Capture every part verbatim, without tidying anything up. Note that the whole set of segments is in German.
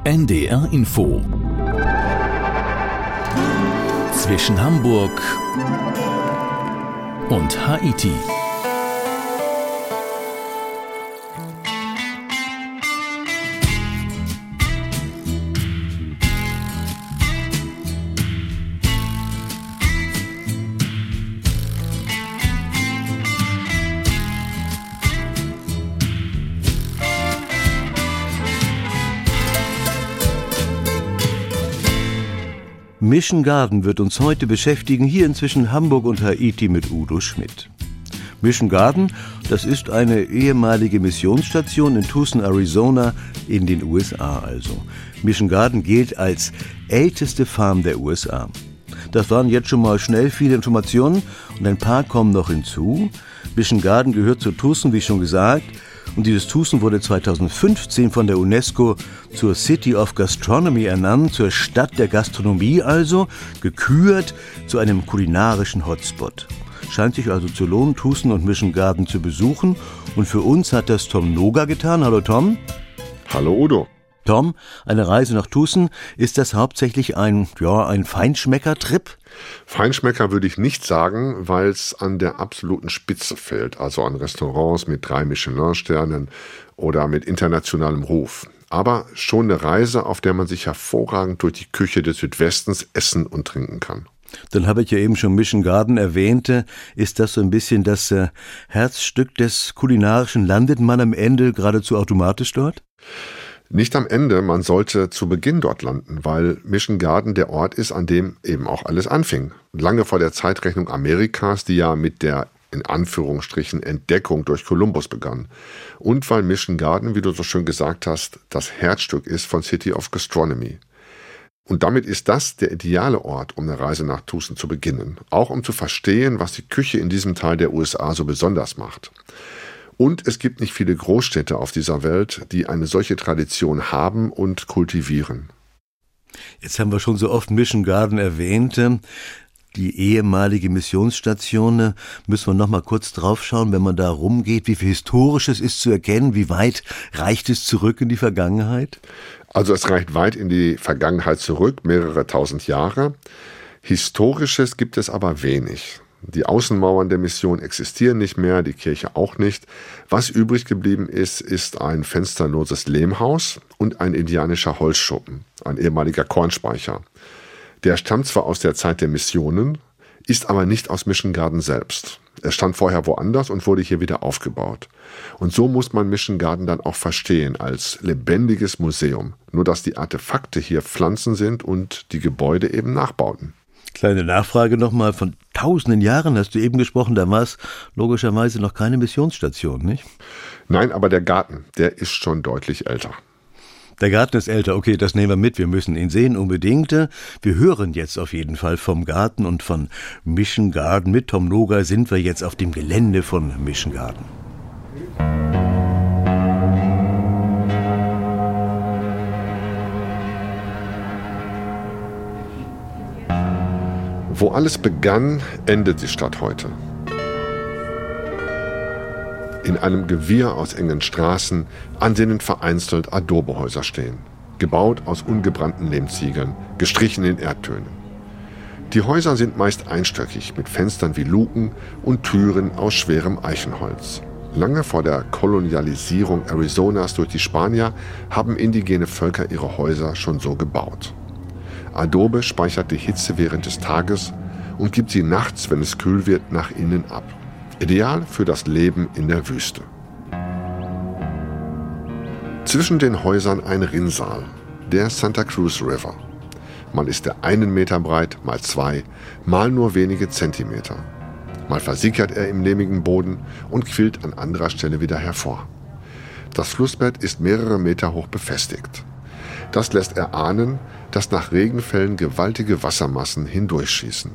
N D R Info zwischen Hamburg und Haiti. Mission Garden wird uns heute beschäftigen, hier inzwischen Hamburg und Haiti mit Udo Schmidt. Mission Garden, das ist eine ehemalige Missionsstation in Tucson, Arizona, in den U S A also. Mission Garden gilt als älteste Farm der U S A. Das waren jetzt schon mal schnell viele Informationen und ein paar kommen noch hinzu. Mission Garden gehört zu Tucson, wie schon gesagt. Und dieses Tucson wurde zweitausendfünfzehn von der UNESCO zur City of Gastronomy ernannt, zur Stadt der Gastronomie also, gekürt zu einem kulinarischen Hotspot. Scheint sich also zu lohnen, Tucson und Mission Garden zu besuchen. Und für uns hat das Tom Noga getan. Hallo Tom. Hallo Udo. Tom, eine Reise nach Tucson, ist das hauptsächlich ein, ja, ein Feinschmecker-Trip? Feinschmecker würde ich nicht sagen, weil es an der absoluten Spitze fällt, also an Restaurants mit drei Michelin-Sternen oder mit internationalem Ruf. Aber schon eine Reise, auf der man sich hervorragend durch die Küche des Südwestens essen und trinken kann. Dann habe ich ja eben schon Mission Garden erwähnte. Ist das so ein bisschen das äh, Herzstück des Kulinarischen? Landet man am Ende geradezu automatisch dort? Nicht am Ende, man sollte zu Beginn dort landen, weil Mission Garden der Ort ist, an dem eben auch alles anfing. Lange vor der Zeitrechnung Amerikas, die ja mit der in Anführungsstrichen Entdeckung durch Kolumbus begann. Und weil Mission Garden, wie du so schön gesagt hast, das Herzstück ist von City of Gastronomy. Und damit ist das der ideale Ort, um eine Reise nach Tucson zu beginnen. Auch um zu verstehen, was die Küche in diesem Teil der U S A so besonders macht. Und es gibt nicht viele Großstädte auf dieser Welt, die eine solche Tradition haben und kultivieren. Jetzt haben wir schon so oft Mission Garden erwähnt. Die ehemalige Missionsstation, müssen wir noch mal kurz drauf schauen, wenn man da rumgeht, wie viel Historisches ist zu erkennen, wie weit reicht es zurück in die Vergangenheit? Also es reicht weit in die Vergangenheit zurück, mehrere tausend Jahre. Historisches gibt es aber wenig. Die Außenmauern der Mission existieren nicht mehr, die Kirche auch nicht. Was übrig geblieben ist, ist ein fensterloses Lehmhaus und ein indianischer Holzschuppen, ein ehemaliger Kornspeicher. Der stammt zwar aus der Zeit der Missionen, ist aber nicht aus Mission Garden selbst. Er stand vorher woanders und wurde hier wieder aufgebaut. Und so muss man Mission Garden dann auch verstehen, als lebendiges Museum. Nur dass die Artefakte hier Pflanzen sind und die Gebäude eben Nachbauten. Kleine Nachfrage nochmal, von tausenden Jahren hast du eben gesprochen, da war es logischerweise noch keine Missionsstation, nicht? Nein, aber der Garten, der ist schon deutlich älter. Der Garten ist älter, okay, das nehmen wir mit, wir müssen ihn sehen, unbedingt. Wir hören jetzt auf jeden Fall vom Garten und von Mission Garden. Mit Tom Noga sind wir jetzt auf dem Gelände von Mission Garden. Wo alles begann, endet die Stadt heute. In einem Gewirr aus engen Straßen, an denen vereinzelt Adobehäuser stehen. Gebaut aus ungebrannten Lehmziegeln, gestrichen in Erdtönen. Die Häuser sind meist einstöckig, mit Fenstern wie Luken und Türen aus schwerem Eichenholz. Lange vor der Kolonialisierung Arizonas durch die Spanier haben indigene Völker ihre Häuser schon so gebaut. Adobe speichert die Hitze während des Tages und gibt sie nachts, wenn es kühl wird, nach innen ab. Ideal für das Leben in der Wüste. Zwischen den Häusern ein Rinnsal, der Santa Cruz River. Mal ist er einen Meter breit, mal zwei, mal nur wenige Zentimeter. Mal versickert er im lehmigen Boden und quillt an anderer Stelle wieder hervor. Das Flussbett ist mehrere Meter hoch befestigt. Das lässt erahnen, dass nach Regenfällen gewaltige Wassermassen hindurchschießen.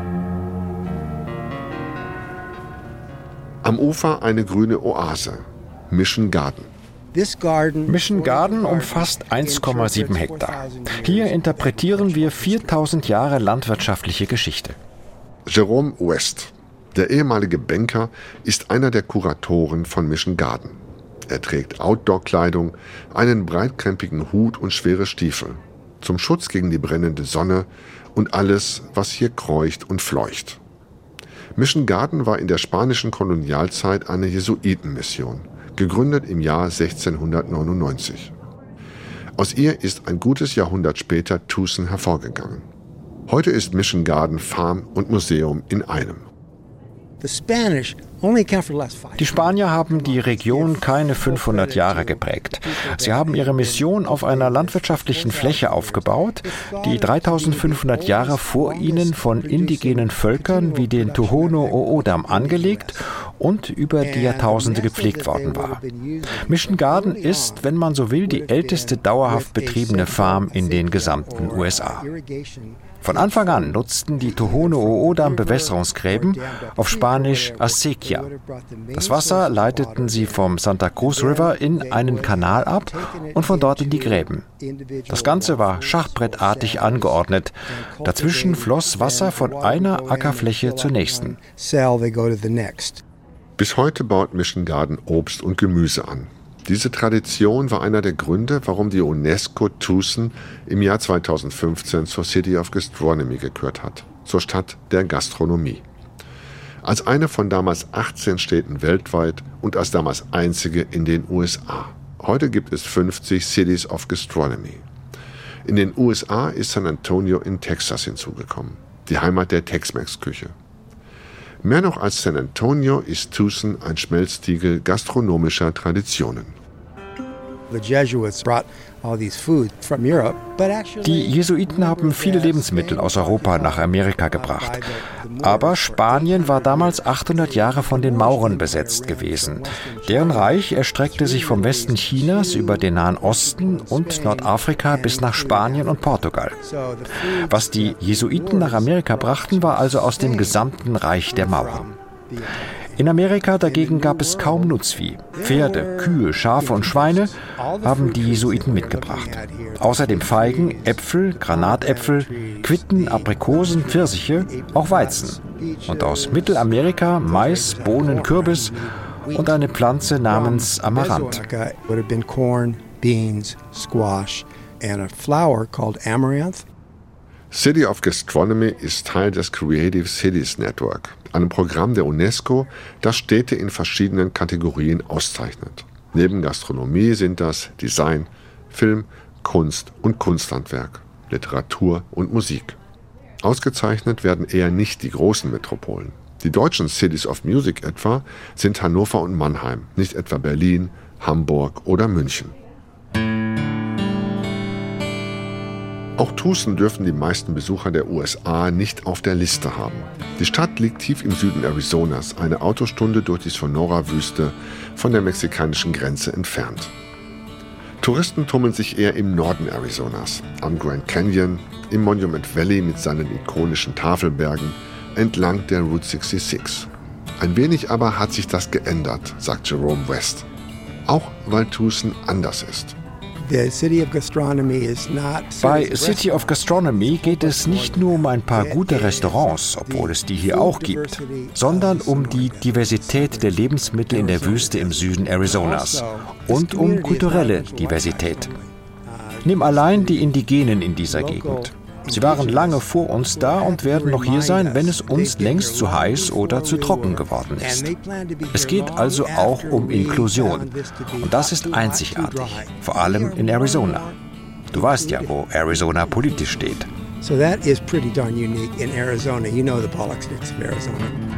Am Ufer eine grüne Oase, Mission Garden. Mission Garden umfasst eins Komma sieben Hektar. Hier interpretieren wir viertausend Jahre landwirtschaftliche Geschichte. Jerome West, der ehemalige Banker, ist einer der Kuratoren von Mission Garden. Er trägt Outdoor-Kleidung, einen breitkrempigen Hut und schwere Stiefel. Zum Schutz gegen die brennende Sonne und alles, was hier kreucht und fleucht. Mission Garden war in der spanischen Kolonialzeit eine Jesuitenmission, gegründet im Jahr sechzehnhundertneunundneunzig. Aus ihr ist ein gutes Jahrhundert später Tucson hervorgegangen. Heute ist Mission Garden Farm und Museum in einem. Die Spanier haben die Region keine fünfhundert Jahre geprägt. Sie haben ihre Mission auf einer landwirtschaftlichen Fläche aufgebaut, die dreitausendfünfhundert Jahre vor ihnen von indigenen Völkern wie den Tohono O'odham angelegt und über die Jahrtausende gepflegt worden war. Mission Garden ist, wenn man so will, die älteste dauerhaft betriebene Farm in den gesamten U S A. Von Anfang an nutzten die Tohono O'odham Bewässerungsgräben, auf Spanisch Acequia. Das Wasser leiteten sie vom Santa Cruz River in einen Kanal ab und von dort in die Gräben. Das Ganze war schachbrettartig angeordnet. Dazwischen floss Wasser von einer Ackerfläche zur nächsten. Bis heute baut Mission Garden Obst und Gemüse an. Diese Tradition war einer der Gründe, warum die UNESCO Tucson im Jahr zweitausendfünfzehn zur City of Gastronomy gekürt hat, zur Stadt der Gastronomie. Als eine von damals achtzehn Städten weltweit und als damals einzige in den U S A. Heute gibt es fünfzig Cities of Gastronomy. In den U S A ist San Antonio in Texas hinzugekommen, die Heimat der Tex-Mex-Küche. Mehr noch als San Antonio ist Tucson ein Schmelztiegel gastronomischer Traditionen. Die Jesuiten haben viele Lebensmittel aus Europa nach Amerika gebracht. Aber Spanien war damals achthundert Jahre von den Mauren besetzt gewesen. Deren Reich erstreckte sich vom Westen Chinas über den Nahen Osten und Nordafrika bis nach Spanien und Portugal. Was die Jesuiten nach Amerika brachten, war also aus dem gesamten Reich der Mauren. In Amerika dagegen gab es kaum Nutzvieh. Pferde, Kühe, Schafe und Schweine haben die Jesuiten mitgebracht. Außerdem Feigen, Äpfel, Granatäpfel, Quitten, Aprikosen, Pfirsiche, auch Weizen. Und aus Mittelamerika Mais, Bohnen, Kürbis und eine Pflanze namens Amaranth. City of Gastronomy ist Teil des Creative Cities Network, einem Programm der UNESCO, das Städte in verschiedenen Kategorien auszeichnet. Neben Gastronomie sind das Design, Film, Kunst und Kunsthandwerk, Literatur und Musik. Ausgezeichnet werden eher nicht die großen Metropolen. Die deutschen Cities of Music etwa sind Hannover und Mannheim, nicht etwa Berlin, Hamburg oder München. Auch Tucson dürfen die meisten Besucher der U S A nicht auf der Liste haben. Die Stadt liegt tief im Süden Arizonas, eine Autostunde durch die Sonora-Wüste von der mexikanischen Grenze entfernt. Touristen tummeln sich eher im Norden Arizonas, am Grand Canyon, im Monument Valley mit seinen ikonischen Tafelbergen, entlang der Route sechsundsechzig. Ein wenig aber hat sich das geändert, sagt Jerome West. Auch weil Tucson anders ist. Bei City of Gastronomy geht es nicht nur um ein paar gute Restaurants, obwohl es die hier auch gibt, sondern um die Diversität der Lebensmittel in der Wüste im Süden Arizonas und um kulturelle Diversität. Nimm allein die Indigenen in dieser Gegend. Sie waren lange vor uns da und werden noch hier sein, wenn es uns längst zu heiß oder zu trocken geworden ist. Es geht also auch um Inklusion. Und das ist einzigartig, vor allem in Arizona. Du weißt ja, wo Arizona politisch steht. So that is pretty darn unique in Arizona. You know the politics of Arizona.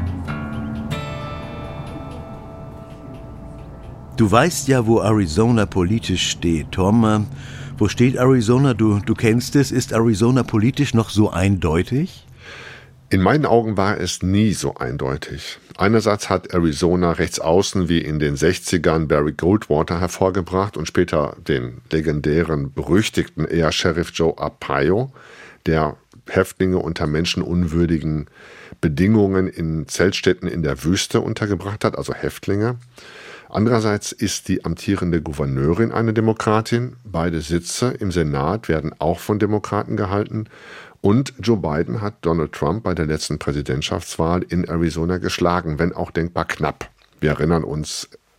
Du weißt ja, wo Arizona politisch steht, Tom. Wo steht Arizona? Du, du kennst es. Ist Arizona politisch noch so eindeutig? In meinen Augen war es nie so eindeutig. Einerseits hat Arizona rechts außen wie in den sechzigern Barry Goldwater hervorgebracht und später den legendären, berüchtigten eher Sheriff Joe Arpaio, der Häftlinge unter menschenunwürdigen Bedingungen in Zeltstädten in der Wüste untergebracht hat, also Häftlinge. Andererseits ist die amtierende Gouverneurin eine Demokratin. Beide Sitze im Senat werden auch von Demokraten gehalten. Und Joe Biden hat Donald Trump bei der letzten Präsidentschaftswahl in Arizona geschlagen, wenn auch denkbar knapp. Wir erinnern uns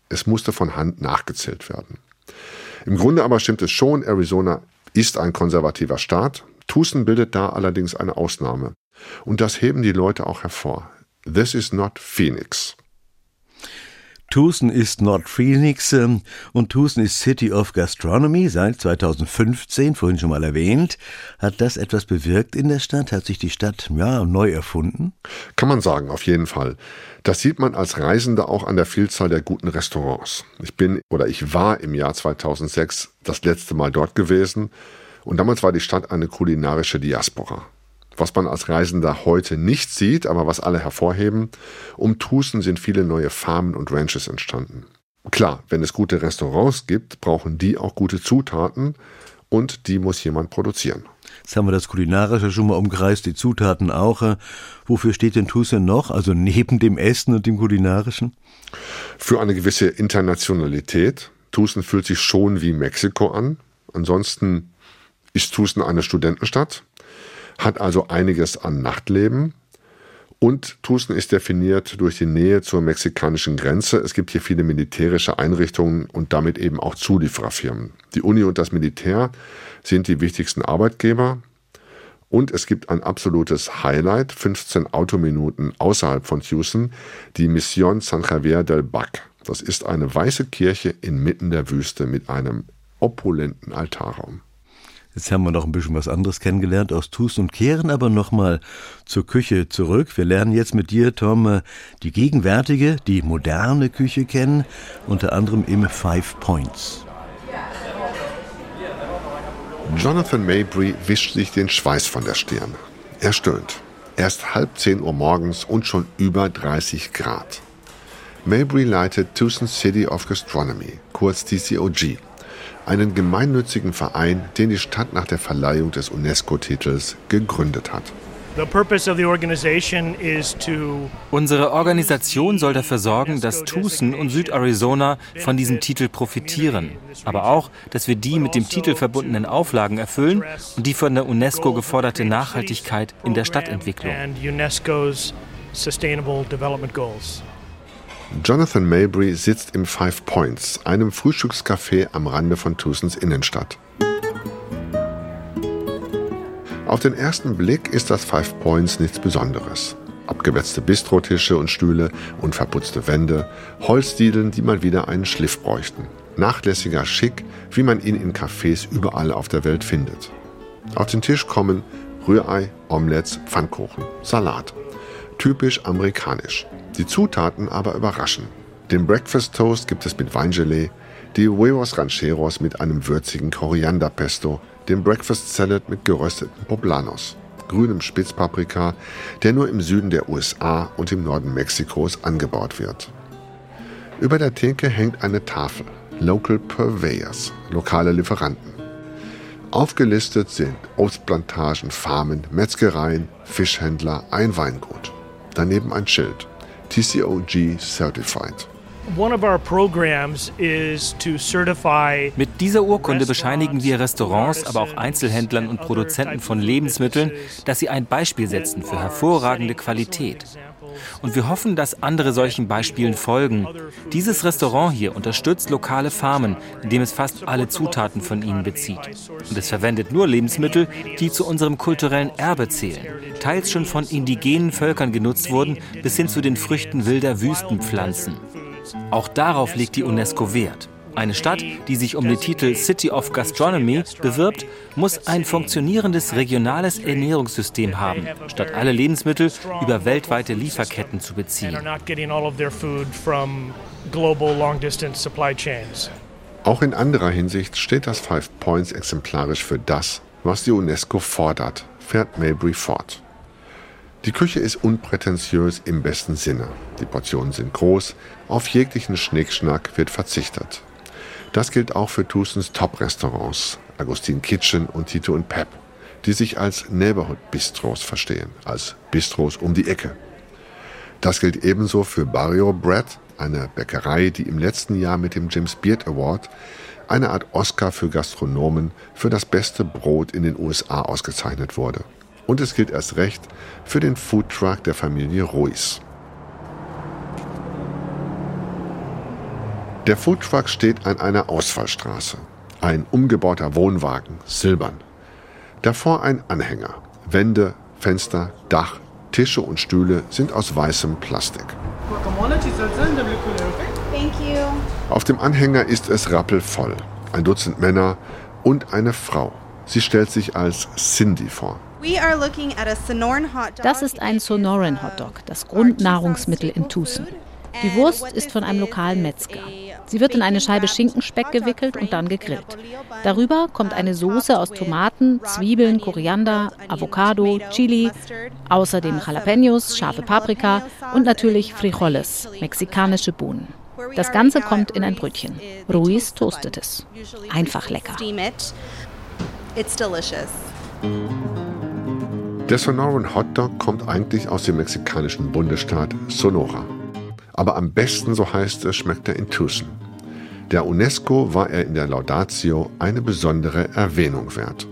Es musste von Hand nachgezählt werden. Im Grunde aber stimmt es schon, Arizona ist ein konservativer Staat. Tucson bildet da allerdings eine Ausnahme. Und das heben die Leute auch hervor. This is not Phoenix. Tucson ist not Phoenix ähm, und Tucson ist City of Gastronomy seit zweitausendfünfzehn, vorhin schon mal erwähnt. Hat das etwas bewirkt in der Stadt? Hat sich die Stadt ja neu erfunden? Kann man sagen, auf jeden Fall. Das sieht man als Reisender auch an der Vielzahl der guten Restaurants. Ich bin oder ich war im Jahr zweitausendsechs das letzte Mal dort gewesen und damals war die Stadt eine kulinarische Diaspora. Was man als Reisender heute nicht sieht, aber was alle hervorheben, um Tucson sind viele neue Farmen und Ranches entstanden. Klar, wenn es gute Restaurants gibt, brauchen die auch gute Zutaten und die muss jemand produzieren. Jetzt haben wir das Kulinarische schon mal umkreist, die Zutaten auch. Wofür steht denn Tucson noch, also neben dem Essen und dem Kulinarischen? Für eine gewisse Internationalität. Tucson fühlt sich schon wie Mexiko an. Ansonsten ist Tucson eine Studentenstadt. Hat also einiges an Nachtleben und Tucson ist definiert durch die Nähe zur mexikanischen Grenze. Es gibt hier viele militärische Einrichtungen und damit eben auch Zuliefererfirmen. Die Uni und das Militär sind die wichtigsten Arbeitgeber und es gibt ein absolutes Highlight, fünfzehn Autominuten außerhalb von Tucson, die Mission San Javier del Bac. Das ist eine weiße Kirche inmitten der Wüste mit einem opulenten Altarraum. Jetzt haben wir noch ein bisschen was anderes kennengelernt aus Tucson und kehren aber nochmal zur Küche zurück. Wir lernen jetzt mit dir, Tom, die gegenwärtige, die moderne Küche kennen, unter anderem im Five Points. Jonathan Mabry wischt sich den Schweiß von der Stirn. Er stöhnt. Erst halb zehn Uhr morgens und schon über dreißig Grad. Mabry leitet Tucson City of Gastronomy, kurz T C O G. Einen gemeinnützigen Verein, den die Stadt nach der Verleihung des UNESCO-Titels gegründet hat. Unsere Organisation soll dafür sorgen, dass Tucson und Südarizona von diesem Titel profitieren, aber auch, dass wir die mit dem Titel verbundenen Auflagen erfüllen und die von der UNESCO geforderte Nachhaltigkeit in der Stadtentwicklung. Jonathan Mabry sitzt im Five Points, einem Frühstückscafé am Rande von Tucsons Innenstadt. Auf den ersten Blick ist das Five Points nichts Besonderes. Abgewetzte Bistrotische und Stühle und verputzte Wände, Holzdielen, die mal wieder einen Schliff bräuchten. Nachlässiger Schick, wie man ihn in Cafés überall auf der Welt findet. Auf den Tisch kommen Rührei, Omelettes, Pfannkuchen, Salat. Typisch amerikanisch. Die Zutaten aber überraschen. Den Breakfast Toast gibt es mit Weingelee, die Huevos Rancheros mit einem würzigen Korianderpesto, den Breakfast Salad mit gerösteten Poblanos, grünem Spitzpaprika, der nur im Süden der U S A und im Norden Mexikos angebaut wird. Über der Theke hängt eine Tafel, Local Purveyors, lokale Lieferanten. Aufgelistet sind Obstplantagen, Farmen, Metzgereien, Fischhändler, ein Weingut. Daneben ein Schild, T C O G Certified. Mit dieser Urkunde bescheinigen wir Restaurants, aber auch Einzelhändlern und Produzenten von Lebensmitteln, dass sie ein Beispiel setzen für hervorragende Qualität. Und wir hoffen, dass andere solchen Beispielen folgen. Dieses Restaurant hier unterstützt lokale Farmen, indem es fast alle Zutaten von ihnen bezieht. Und es verwendet nur Lebensmittel, die zu unserem kulturellen Erbe zählen, teils schon von indigenen Völkern genutzt wurden, bis hin zu den Früchten wilder Wüstenpflanzen. Auch darauf legt die UNESCO Wert. Eine Stadt, die sich um den Titel City of Gastronomy bewirbt, muss ein funktionierendes regionales Ernährungssystem haben, statt alle Lebensmittel über weltweite Lieferketten zu beziehen. Auch in anderer Hinsicht steht das Five Points exemplarisch für das, was die UNESCO fordert, fährt Mabry fort. Die Küche ist unprätentiös im besten Sinne. Die Portionen sind groß, auf jeglichen Schnickschnack wird verzichtet. Das gilt auch für Tucsons Top-Restaurants, Agustin Kitchen und Tito und Pep, die sich als Neighborhood-Bistros verstehen, als Bistros um die Ecke. Das gilt ebenso für Barrio Bread, eine Bäckerei, die im letzten Jahr mit dem James Beard Award, eine Art Oscar für Gastronomen, für das beste Brot in den U S A ausgezeichnet wurde. Und es gilt erst recht für den Foodtruck der Familie Ruiz. Der Foodtruck steht an einer Ausfallstraße. Ein umgebauter Wohnwagen, silbern. Davor ein Anhänger. Wände, Fenster, Dach, Tische und Stühle sind aus weißem Plastik. Thank you. Auf dem Anhänger ist es rappelvoll. Ein Dutzend Männer und eine Frau. Sie stellt sich als Cindy vor. Das ist ein Sonoran Hotdog, das Grundnahrungsmittel in Tucson. Die Wurst ist von einem lokalen Metzger. Sie wird in eine Scheibe Schinkenspeck gewickelt und dann gegrillt. Darüber kommt eine Soße aus Tomaten, Zwiebeln, Koriander, Avocado, Chili, außerdem Jalapenos, scharfe Paprika und natürlich Frijoles, mexikanische Bohnen. Das Ganze kommt in ein Brötchen. Ruiz toastet es. Einfach lecker. Der Sonoran Hotdog kommt eigentlich aus dem mexikanischen Bundesstaat Sonora. Aber am besten, so heißt es, schmeckt er in Tucson. Der UNESCO war er in der Laudatio eine besondere Erwähnung wert.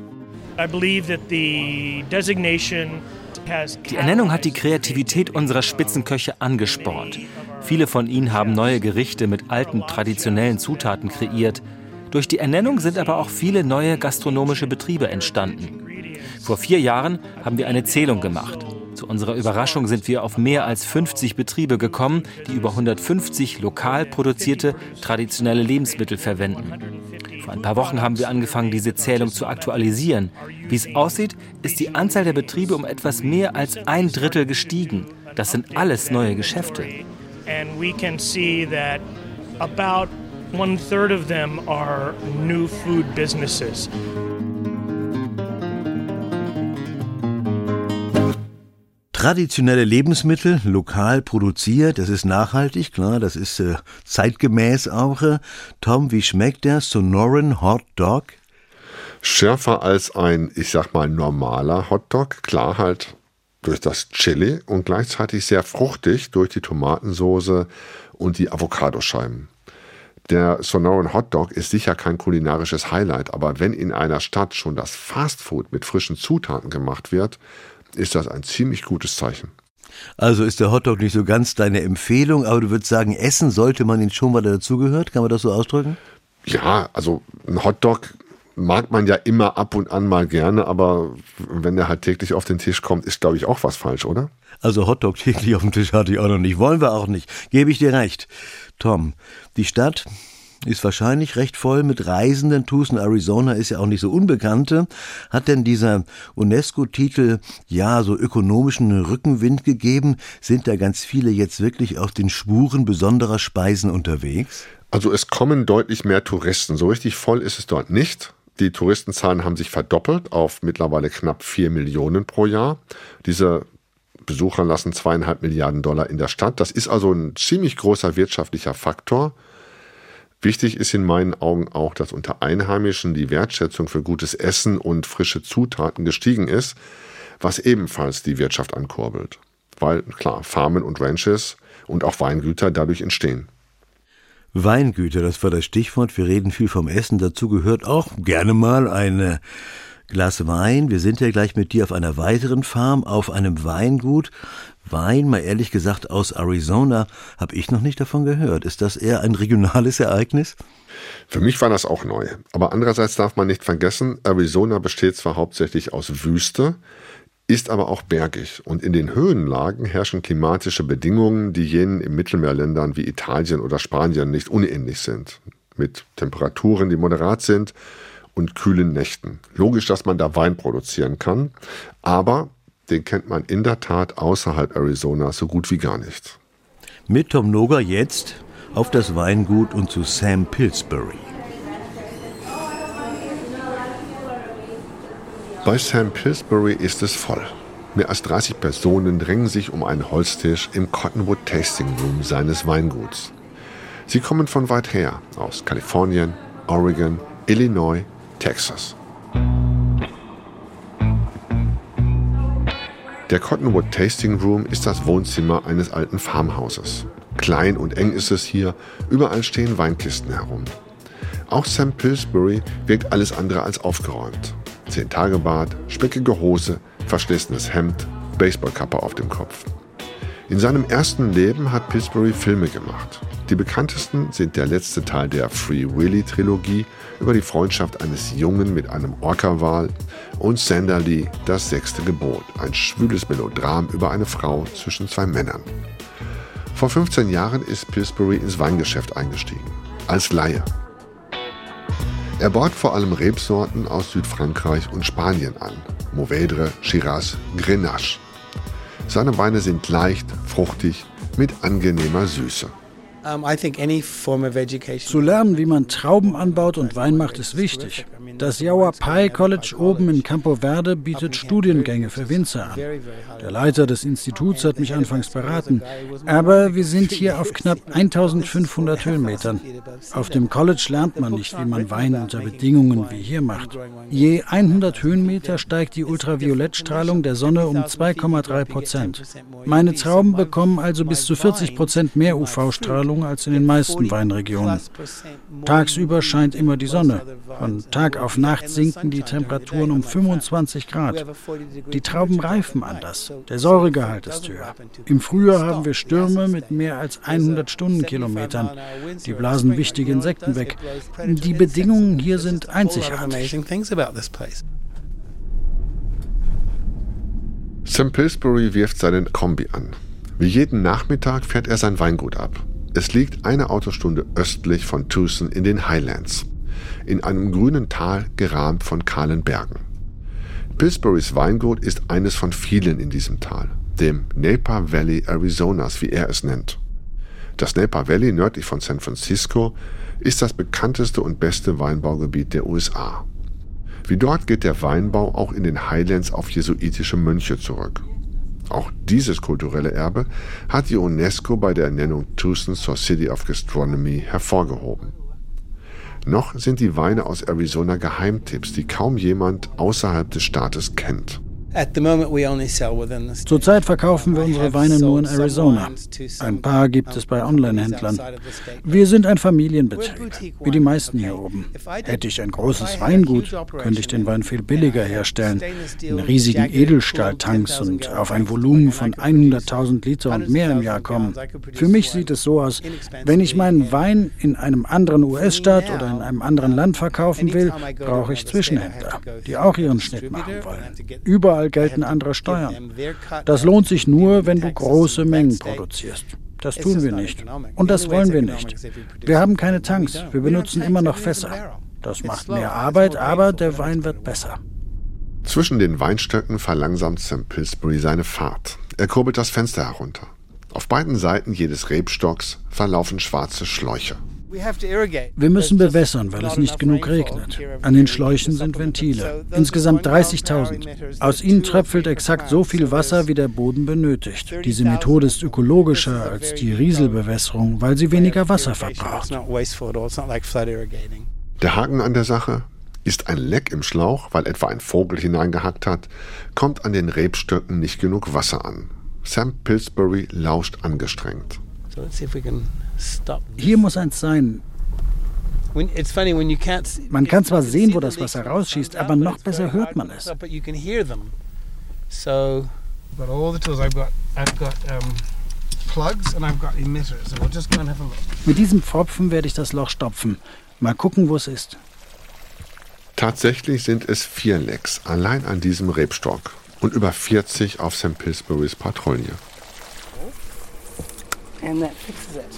Die Ernennung hat die Kreativität unserer Spitzenköche angespornt. Viele von ihnen haben neue Gerichte mit alten, traditionellen Zutaten kreiert. Durch die Ernennung sind aber auch viele neue gastronomische Betriebe entstanden. Vor vier Jahren haben wir eine Zählung gemacht. Zu unserer Überraschung sind wir auf mehr als fünfzig Betriebe gekommen, die über hundertfünfzig lokal produzierte, traditionelle Lebensmittel verwenden. Vor ein paar Wochen haben wir angefangen, diese Zählung zu aktualisieren. Wie es aussieht, ist die Anzahl der Betriebe um etwas mehr als ein Drittel gestiegen. Das sind alles neue Geschäfte. And we can see that about one third of them are new food businesses. Traditionelle Lebensmittel, lokal produziert, das ist nachhaltig, klar, das ist äh, zeitgemäß auch. Äh. Tom, wie schmeckt der Sonoran Hotdog? Schärfer als ein, ich sag mal, normaler Hotdog, klar halt durch das Chili und gleichzeitig sehr fruchtig durch die Tomatensoße und die Avocadoscheiben. Der Sonoran Hotdog ist sicher kein kulinarisches Highlight, aber wenn in einer Stadt schon das Fastfood mit frischen Zutaten gemacht wird, ist das ein ziemlich gutes Zeichen. Also ist der Hotdog nicht so ganz deine Empfehlung, aber du würdest sagen, essen sollte man ihn schon, weil er dazugehört? Kann man das so ausdrücken? Ja, also ein Hotdog mag man ja immer ab und an mal gerne, aber wenn der halt täglich auf den Tisch kommt, ist, glaube ich, auch was falsch, oder? Also Hotdog täglich auf dem Tisch hatte ich auch noch nicht. Wollen wir auch nicht. Gebe ich dir recht. Tom, die Stadt ist wahrscheinlich recht voll mit Reisenden. Tucson, Arizona ist ja auch nicht so unbekannte. Hat denn dieser UNESCO-Titel ja so ökonomischen Rückenwind gegeben? Sind da ganz viele jetzt wirklich auf den Spuren besonderer Speisen unterwegs? Also es kommen deutlich mehr Touristen. So richtig voll ist es dort nicht. Die Touristenzahlen haben sich verdoppelt auf mittlerweile knapp vier Millionen pro Jahr. Diese Besucher lassen zweieinhalb Milliarden Dollar in der Stadt. Das ist also ein ziemlich großer wirtschaftlicher Faktor. Wichtig ist in meinen Augen auch, dass unter Einheimischen die Wertschätzung für gutes Essen und frische Zutaten gestiegen ist, was ebenfalls die Wirtschaft ankurbelt. Weil, klar, Farmen und Ranches und auch Weingüter dadurch entstehen. Weingüter, das war das Stichwort. Wir reden viel vom Essen. Dazu gehört auch gerne mal ein Glas Wein. Wir sind ja gleich mit dir auf einer weiteren Farm, auf einem Weingut. Wein, mal ehrlich gesagt, aus Arizona, habe ich noch nicht davon gehört. Ist das eher ein regionales Ereignis? Für mich war das auch neu. Aber andererseits darf man nicht vergessen, Arizona besteht zwar hauptsächlich aus Wüste, ist aber auch bergig. Und in den Höhenlagen herrschen klimatische Bedingungen, die jenen in Mittelmeerländern wie Italien oder Spanien nicht unähnlich sind. Mit Temperaturen, die moderat sind und kühlen Nächten. Logisch, dass man da Wein produzieren kann, aber den kennt man in der Tat außerhalb Arizonas so gut wie gar nicht. Mit Tom Noger jetzt auf das Weingut und zu Sam Pillsbury. Bei Sam Pillsbury ist es voll. Mehr als dreißig Personen drängen sich um einen Holztisch im Cottonwood Tasting Room seines Weinguts. Sie kommen von weit her, aus Kalifornien, Oregon, Illinois, Texas. Der Cottonwood Tasting Room ist das Wohnzimmer eines alten Farmhauses. Klein und eng ist es hier, überall stehen Weinkisten herum. Auch Sam Pillsbury wirkt alles andere als aufgeräumt. Zehn-Tage-Bart, speckige Hose, verschlissenes Hemd, Baseballkappe auf dem Kopf. In seinem ersten Leben hat Pillsbury Filme gemacht. Die bekanntesten sind der letzte Teil der Free Willy-Trilogie über die Freundschaft eines Jungen mit einem Orca-Wal und Sander Lee, das sechste Gebot, ein schwüles Melodram über eine Frau zwischen zwei Männern. Vor fünfzehn Jahren ist Pillsbury ins Weingeschäft eingestiegen, als Laie. Er baut vor allem Rebsorten aus Südfrankreich und Spanien an, Mourvèdre, Shiraz, Grenache. Seine Weine sind leicht, fruchtig, mit angenehmer Süße. Zu lernen, wie man Trauben anbaut und Wein macht, ist wichtig. Das Yavapai College oben in Campo Verde bietet Studiengänge für Winzer an. Der Leiter des Instituts hat mich anfangs beraten. Aber wir sind hier auf knapp eintausendfünfhundert Höhenmetern. Auf dem College lernt man nicht, wie man Wein unter Bedingungen wie hier macht. Je hundert Höhenmeter steigt die Ultraviolettstrahlung der Sonne um zwei Komma drei Prozent. Meine Trauben bekommen also bis zu vierzig Prozent mehr U V-Strahlung als in den meisten Weinregionen. Tagsüber scheint immer die Sonne. Von Tag auf Nacht sinken die Temperaturen um fünfundzwanzig Grad. Die Trauben reifen anders. Der Säuregehalt ist höher. Im Frühjahr haben wir Stürme mit mehr als hundert Stundenkilometern. Die blasen wichtige Insekten weg. Die Bedingungen hier sind einzigartig. Sam Pillsbury wirft seinen Kombi an. Wie jeden Nachmittag fährt er sein Weingut ab. Es liegt eine Autostunde östlich von Tucson in den Highlands, in einem grünen Tal gerahmt von kahlen Bergen. Pillsburys Weingut ist eines von vielen in diesem Tal, dem Napa Valley Arizonas, wie er es nennt. Das Napa Valley nördlich von San Francisco ist das bekannteste und beste Weinbaugebiet der U S A. Wie dort geht der Weinbau auch in den Highlands auf jesuitische Mönche zurück. Auch dieses kulturelle Erbe hat die UNESCO bei der Ernennung Tucson zur City of Gastronomy hervorgehoben. Noch sind die Weine aus Arizona Geheimtipps, die kaum jemand außerhalb des Staates kennt. Zurzeit verkaufen wir unsere Weine nur in Arizona. Ein paar gibt es bei Online-Händlern. Wir sind ein Familienbetrieb, wie die meisten hier oben. Hätte ich ein großes Weingut, könnte ich den Wein viel billiger herstellen, in riesigen Edelstahltanks und auf ein Volumen von hunderttausend Liter und mehr im Jahr kommen. Für mich sieht es so aus, wenn ich meinen Wein in einem anderen U S-Staat oder in einem anderen Land verkaufen will, brauche ich Zwischenhändler, die auch ihren Schnitt machen wollen. Überall gelten andere Steuern. Das lohnt sich nur, wenn du große Mengen produzierst. Das tun wir nicht. Und das wollen wir nicht. Wir haben keine Tanks. Wir benutzen immer noch Fässer. Das macht mehr Arbeit, aber der Wein wird besser. Zwischen den Weinstöcken verlangsamt Sam Pillsbury seine Fahrt. Er kurbelt das Fenster herunter. Auf beiden Seiten jedes Rebstocks verlaufen schwarze Schläuche. Wir müssen bewässern, weil es nicht genug regnet. An den Schläuchen sind Ventile. Insgesamt dreißigtausend. Aus ihnen tröpfelt exakt so viel Wasser, wie der Boden benötigt. Diese Methode ist ökologischer als die Rieselbewässerung, weil sie weniger Wasser verbraucht. Der Haken an der Sache? Ist ein Leck im Schlauch, weil etwa ein Vogel hineingehackt hat, kommt an den Rebstöcken nicht genug Wasser an. Sam Pillsbury lauscht angestrengt. Hier muss eins sein. Man kann zwar sehen, wo das Wasser rausschießt, aber noch besser hört man es. Mit diesem Pfropfen werde ich das Loch stopfen. Mal gucken, wo es ist. Tatsächlich sind es vier Lecks allein an diesem Rebstock und über vierzig auf Sam Pillsburys Patrouille. And that fixes it.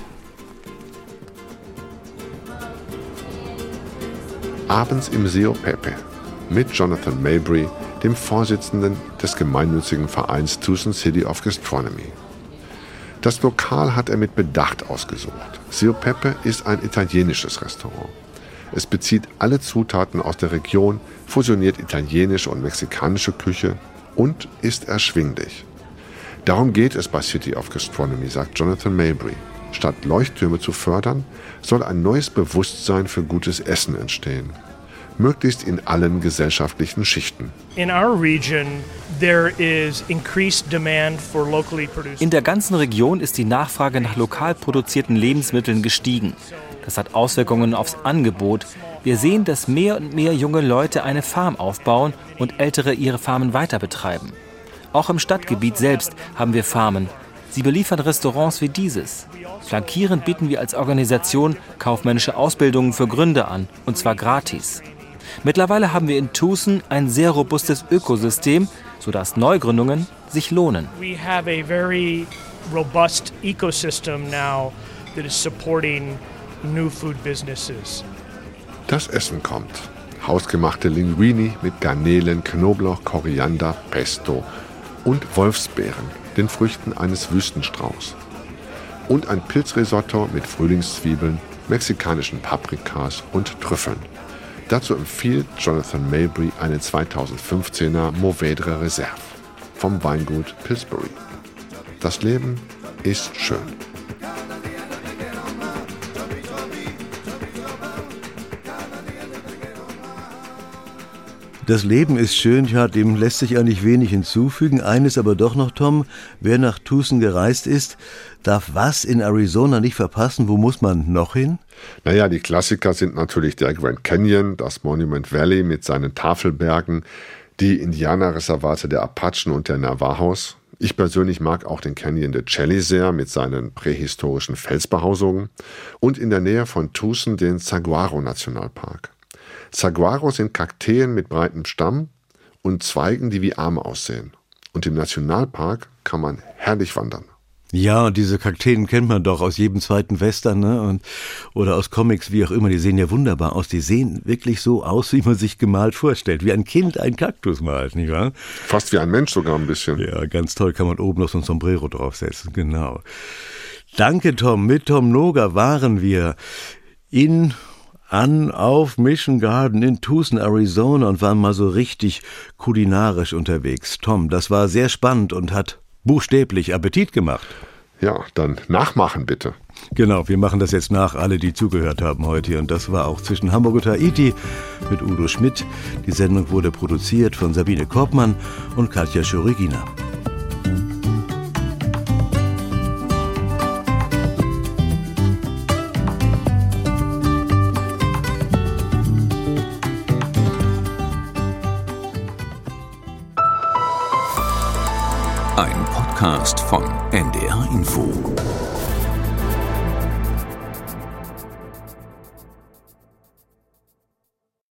Abends im Seo Pepe mit Jonathan Mabry, dem Vorsitzenden des gemeinnützigen Vereins Tucson City of Gastronomy. Das Lokal hat er mit Bedacht ausgesucht. Seo Pepe ist ein italienisches Restaurant. Es bezieht alle Zutaten aus der Region, fusioniert italienische und mexikanische Küche und ist erschwinglich. Darum geht es bei City of Gastronomy, sagt Jonathan Mabry. Statt Leuchttürme zu fördern, soll ein neues Bewusstsein für gutes Essen entstehen. Möglichst in allen gesellschaftlichen Schichten. In our region, there is increased demand for locally produced. In der ganzen Region ist die Nachfrage nach lokal produzierten Lebensmitteln gestiegen. Das hat Auswirkungen aufs Angebot. Wir sehen, dass mehr und mehr junge Leute eine Farm aufbauen und Ältere ihre Farmen weiter betreiben. Auch im Stadtgebiet selbst haben wir Farmen. Sie beliefern Restaurants wie dieses. Flankierend bieten wir als Organisation kaufmännische Ausbildungen für Gründer an, und zwar gratis. Mittlerweile haben wir in Tucson ein sehr robustes Ökosystem, sodass Neugründungen sich lohnen. We have a very robust ecosystem now that is supporting new food businesses. Das Essen kommt. Hausgemachte Linguini mit Garnelen, Knoblauch, Koriander, Pesto und Wolfsbeeren, den Früchten eines Wüstenstrauß. Und ein Pilzrisotto mit Frühlingszwiebeln, mexikanischen Paprikas und Trüffeln. Dazu empfiehlt Jonathan Mabry eine zweitausendfünfzehner Mourvèdre Reserve vom Weingut Pillsbury. Das Leben ist schön. Das Leben ist schön, ja, dem lässt sich eigentlich wenig hinzufügen. Eines aber doch noch, Tom, wer nach Tucson gereist ist, darf was in Arizona nicht verpassen. Wo muss man noch hin? Naja, die Klassiker sind natürlich der Grand Canyon, das Monument Valley mit seinen Tafelbergen, die Indianerreservate der Apachen und der Navajos. Ich persönlich mag auch den Canyon de Chelly sehr mit seinen prähistorischen Felsbehausungen und in der Nähe von Tucson den Saguaro-Nationalpark. Saguaro sind Kakteen mit breitem Stamm und Zweigen, die wie Arme aussehen. Und im Nationalpark kann man herrlich wandern. Ja, und diese Kakteen kennt man doch aus jedem zweiten Western, ne? Und, oder aus Comics, wie auch immer. Die sehen ja wunderbar aus. Die sehen wirklich so aus, wie man sich gemalt vorstellt. Wie ein Kind einen Kaktus malt, nicht wahr? Fast wie ein Mensch sogar ein bisschen. Ja, ganz toll. Kann man oben noch so ein Sombrero draufsetzen. Genau. Danke, Tom. Mit Tom Noga waren wir in... an auf Mission Garden in Tucson, Arizona und waren mal so richtig kulinarisch unterwegs. Tom, das war sehr spannend und hat buchstäblich Appetit gemacht. Ja, dann nachmachen bitte. Genau, wir machen das jetzt nach, alle, die zugehört haben heute hier. Und das war auch zwischen Hamburg und Haiti mit Udo Schmidt. Die Sendung wurde produziert von Sabine Korbmann und Katja Schorigina. Ein Podcast von N D R Info.